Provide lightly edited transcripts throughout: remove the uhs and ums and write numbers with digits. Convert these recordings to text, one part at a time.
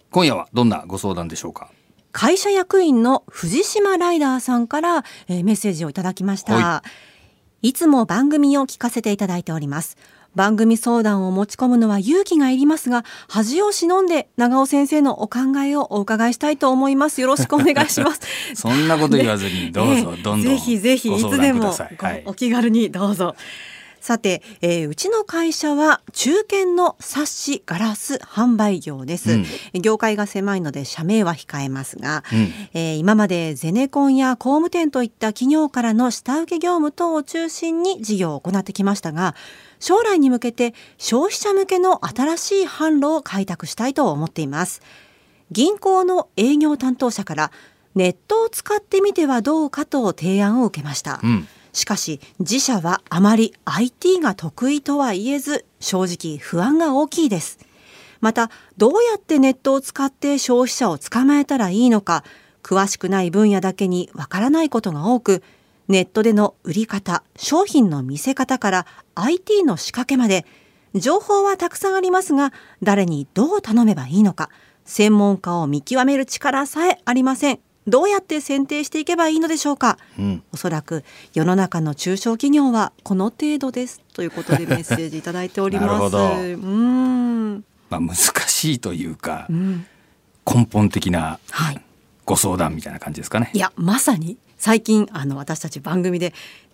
今夜はどんなご相談でしょうか。 会社役員の藤島ライダーさんから、メッセージをいただきました。いつも番組を聞かせていただいております。番組相談を持ち込むのは勇気がいりますが、恥を忍んで長尾先生のお考えをお伺いしたいと思います。よろしくお願いしますそんなこと言わずにどうぞ、どんどんぜひぜひいつでもお気軽にどうぞ。さて、うちの会社は中堅のサッシガラス販売業です、業界が狭いので社名は控えますが、今までゼネコンや工務店といった企業からの下請け業務等を中心に事業を行ってきましたが、将来に向けて消費者向けの新しい販路を開拓したいと思っています。銀行の営業担当者からネットを使ってみてはどうかと提案を受けました、しかし自社はあまり IT が得意とは言えず、正直不安が大きいです。またどうやってネットを使って消費者を捕まえたらいいのか、詳しくない分野だけにわからないことが多く、ネットでの売り方、商品の見せ方から IT の仕掛けまで情報はたくさんありますが、誰にどう頼めばいいのか、専門家を見極める力さえありません。どうやって選定していけばいいのでしょうか、おそらく世の中の中小企業はこの程度ですということでメッセージいただいておりますなるほど、難しいというか、根本的なご相談みたいな感じですかね。 いや、まさに最近私たち番組で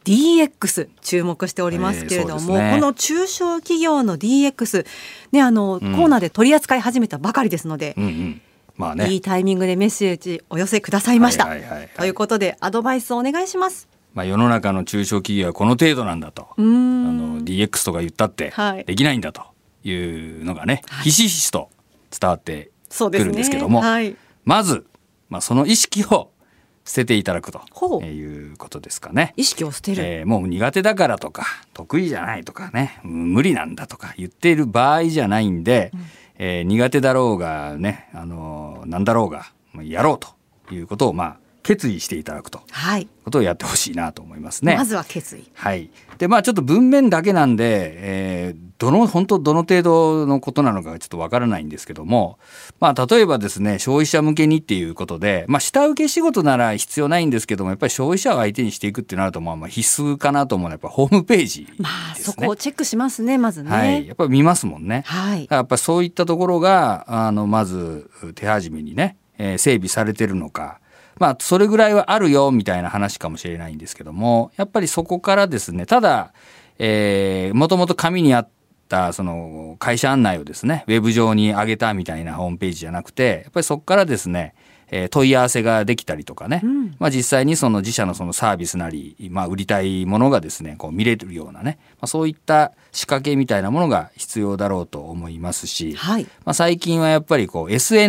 DX 注目しておりますけれども、この中小企業の DX、コーナーで取り扱い始めたばかりですので、いいタイミングでメッセージお寄せくださいました、ということでアドバイスをお願いします。 世の中の中小企業はこの程度なんだと、DX とか言ったってできないんだというのがね、ひしひしと伝わってくるんですけども、まず、その意識を捨てていただくということですかね。 意識を捨てる、 もう苦手だからとか得意じゃないとかね、無理なんだとか言っている場合じゃないんで、苦手だろうがね、なんだろうがやろうということを決意していただくと、ことをやってほしいなと思いますね。 まずは決意。 でちょっと文面だけなんで、本当どの程度のことなのかちょっとわからないんですけども、例えばですね、消費者向けにっていうことで、下請け仕事なら必要ないんですけども、やっぱり消費者を相手にしていくってなると必須かなと思うのはやっぱホームページですね。 そこをチェックしますね、まずね。 やっぱり見ますもんね。やっぱりそういったところがまず手始めにね、整備されてるのか、それぐらいはあるよみたいな話かもしれないんですけども、やっぱりそこからですね、ただもともと紙にあったその会社案内をですね、ウェブ上に上げたみたいなホームページじゃなくて、やっぱりそこからですね、問い合わせができたりとかね、実際にその自社のそのサービスなり、売りたいものがですね、こう見れるようなね、そういった仕掛けみたいなものが必要だろうと思いますし、最近はやっぱり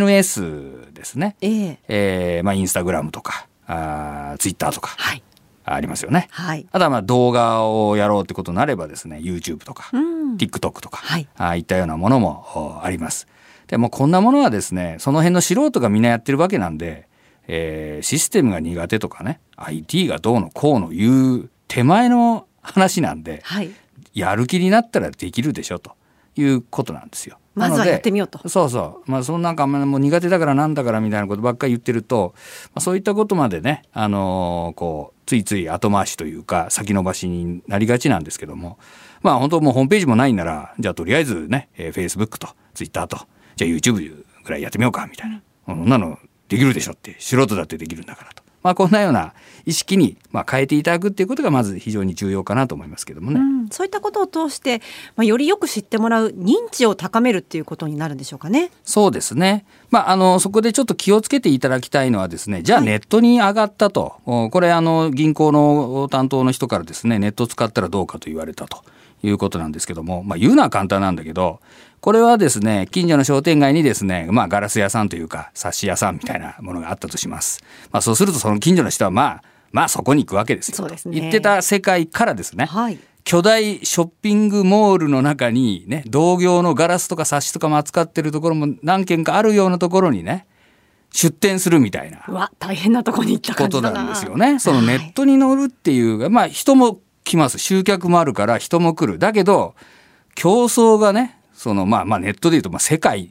SNS ですね、インスタグラムとかツイッターとか、ありますよね。あとは動画をやろうってことになればですね、 YouTube とか、TikTok とか、ああいったようなものもあります。でもこんなものはですね、その辺の素人がみんなやってるわけなんで、システムが苦手とかね、 IT がどうのこうのいう手前の話なんで、やる気になったらできるでしょということなんですよ。 まずはやってみようと。 そのなんかもう苦手だからなんだからみたいなことばっかり言ってると、そういったことまでね、ついつい後回しというか先延ばしになりがちなんですけども、本当もうホームページもないんなら、じゃあとりあえずね、Facebook と Twitter と、じゃあ YouTube ぐらいやってみようかみたいな、そんなのできるでしょって、素人だってできるんだからと、こんなような意識に変えていただくっていうことがまず非常に重要かなと思いますけどもね。 そういったことを通して、よりよく知ってもらう、認知を高めるっていうことになるんでしょうかね。 そうですね。そこでちょっと気をつけていただきたいのはですね、じゃあネットに上がったと、これ銀行の担当の人からですね、ネットを使ったらどうかと言われたということなんですけども、言うのは簡単なんだけど、これはですね、近所の商店街にですね、ガラス屋さんというか冊子屋さんみたいなものがあったとします。そうするとその近所の人はそこに行くわけですよ。 そうですね。 言ってた世界からですね、巨大ショッピングモールの中にね、同業のガラスとか冊子とかも扱ってるところも何軒かあるようなところにね、出店するみたいな大変なところに行った感じだなことなんですよね。そのネットに乗るっていう、人も来ます、集客もあるから人も来る。だけど競争がね、ネットでいうと世界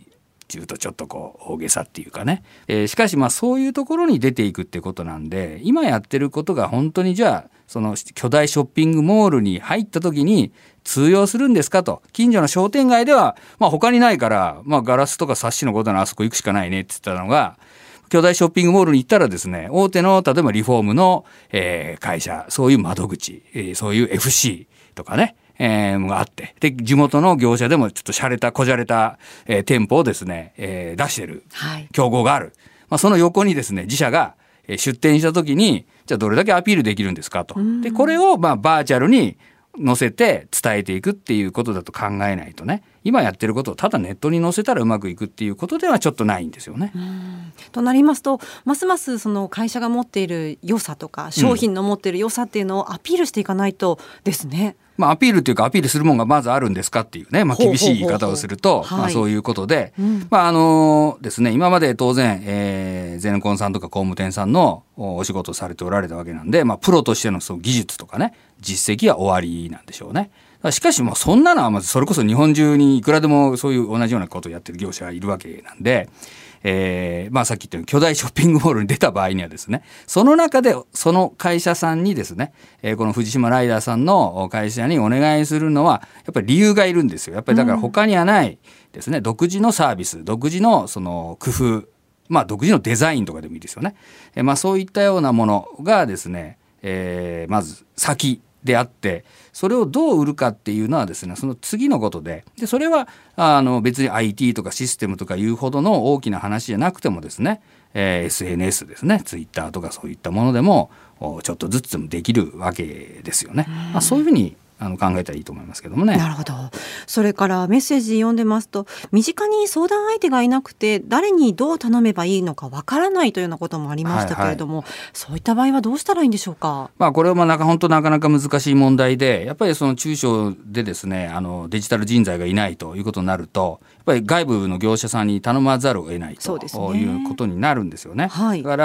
ちゅうとちょっとこう大げさっていうかね、しかしそういうところに出ていくってことなんで、今やってることが本当にじゃあその巨大ショッピングモールに入った時に通用するんですかと。近所の商店街では他にないから、ガラスとかサッシのことならあそこ行くしかないねって言ったのが、巨大ショッピングモールに行ったらですね、大手の例えばリフォームの、会社、そういう窓口、そういう FC とかね、があって、で地元の業者でもちょっと洒落たこじゃれた、店舗をですね、出してる競合がある、その横にですね自社が出店した時に、じゃあどれだけアピールできるんですかと。でこれをバーチャルに載せて伝えていくっていうことだと考えないとね、今やってることをただネットに載せたらうまくいくっていうことではちょっとないんですよね。 となりますと、ますますその会社が持っている良さとか商品の持っている良さっていうのをアピールしていかないとですね。 アピールっていうか、アピールするものがまずあるんですかっていうね、厳しい言い方をすると、そういうことで、ですね、今まで当然、ゼネコンさんとか工務店さんのお仕事をされておられたわけなんで、プロとしてのその技術とかね、実績は終わりなんでしょうね。しかしそんなのはまずそれこそ日本中にいくらでもそういう同じようなことをやってる業者がいるわけなんで、さっき言ったように巨大ショッピングモールに出た場合にはですね、その中でその会社さんにですね、この藤島ライダーさんの会社にお願いするのはやっぱり理由がいるんですよ。やっぱりだから他にはないですね、独自のサービス、独自のその工夫、独自のデザインとかでもいいですよね。そういったようなものがですね、まず先であって、それをどう売るかっていうのはですね、その次のことで、それは別に IT とかシステムとかいうほどの大きな話じゃなくてもですね、SNS ですね、ツイッターとかそういったものでもちょっとずつでもできるわけですよね。そういうふうに考えたらいいと思いますけどもね。 なるほど。それからメッセージ読んでますと、身近に相談相手がいなくて誰にどう頼めばいいのかわからないというようなこともありましたけれども、そういった場合はどうしたらいいんでしょうか。 これは本当なかなか難しい問題で、やっぱりその中小でですね、デジタル人材がいないということになると、やっぱり外部の業者さんに頼まざるを得ないということになるんですよね。だから、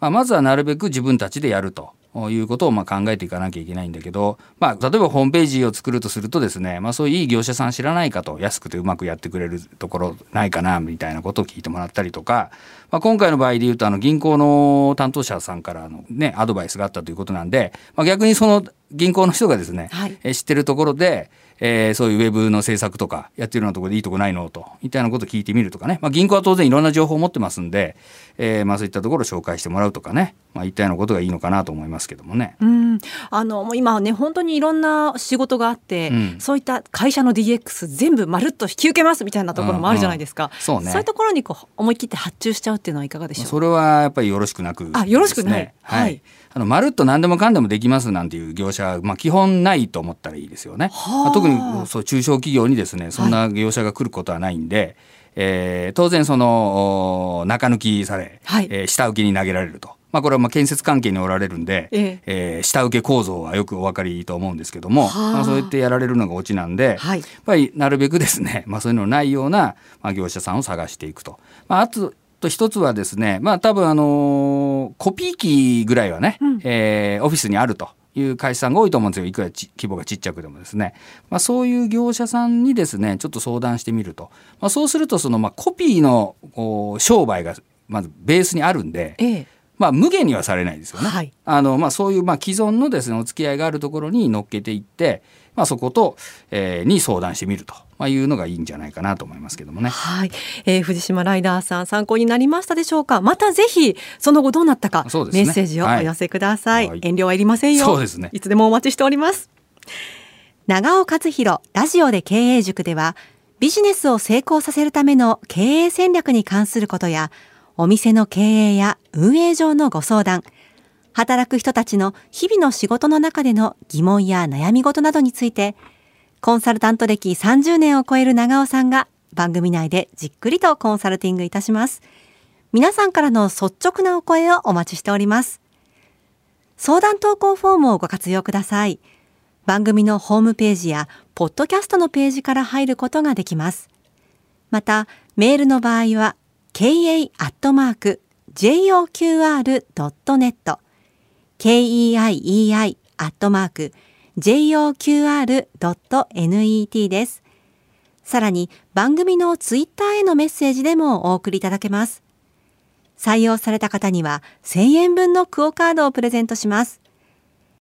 まずはなるべく自分たちでやるということを考えていかなきゃいけないんだけど、例えばホームページを作るとするとですね、そういういい業者さん知らないかと、安くてうまくやってくれるところないかなみたいなことを聞いてもらったりとか、今回の場合でいうと銀行の担当者さんからのねアドバイスがあったということなんで、逆にその銀行の人がですね、知ってるところで、そういうウェブの制作とかやってるようなところでいいとこないのとみたいなことを聞いてみるとかね、銀行は当然いろんな情報を持ってますんで、そういったところを紹介してもらうとかね、いったようなことがいいのかなと思いますけどもね。 もう今はね本当にいろんな仕事があって、そういった会社の DX 全部まるっと引き受けますみたいなところもあるじゃないですか。そういうところに思い切って発注しちゃうっていうのはいかがでしょう。 それはやっぱりよろしくなくですね。 よろしくない。 まるっと何でもかんでもできますなんていう業者は、基本ないと思ったらいいですよね。特にそう中小企業にですね、そんな業者が来ることはないんで、当然その中抜きされ、下請けに投げられると。これは建設関係におられるんで、下請け構造はよくお分かりと思うんですけども、そうやってやられるのがオチなんで、やっぱりなるべくですね、そういうのないような、業者さんを探していくと。あと一つはですね、多分コピー機ぐらいはね、オフィスにあるという会社さんが多いと思うんですよ。いくら規模がちっちゃくでもですね、そういう業者さんにですねちょっと相談してみると、そうするとそのコピーの商売がまずベースにあるんで、無限にはされないですよね。そういう既存のですねお付き合いがあるところに乗っけていって、そこと、に相談してみると、いうのがいいんじゃないかなと思いますけどもね。 藤島ライダーさん参考になりましたでしょうか。またぜひその後どうなったか、メッセージをお寄せください。遠慮はいりませんよ。 そうですね。 いつでもお待ちしております。長尾克弘ラジオで経営塾では、ビジネスを成功させるための経営戦略に関することや、お店の経営や運営上のご相談、働く人たちの日々の仕事の中での疑問や悩み事などについて、コンサルタント歴30年を超える長尾さんが番組内でじっくりとコンサルティングいたします。皆さんからの率直なお声をお待ちしております。相談投稿フォームをご活用ください。番組のホームページやポッドキャストのページから入ることができます。また、メールの場合はkei@joqr.net keiei@joqr.net です。 さらに番組のツイッターへのメッセージでもお送りいただけます。採用された方には1000円分のクオカードをプレゼントします。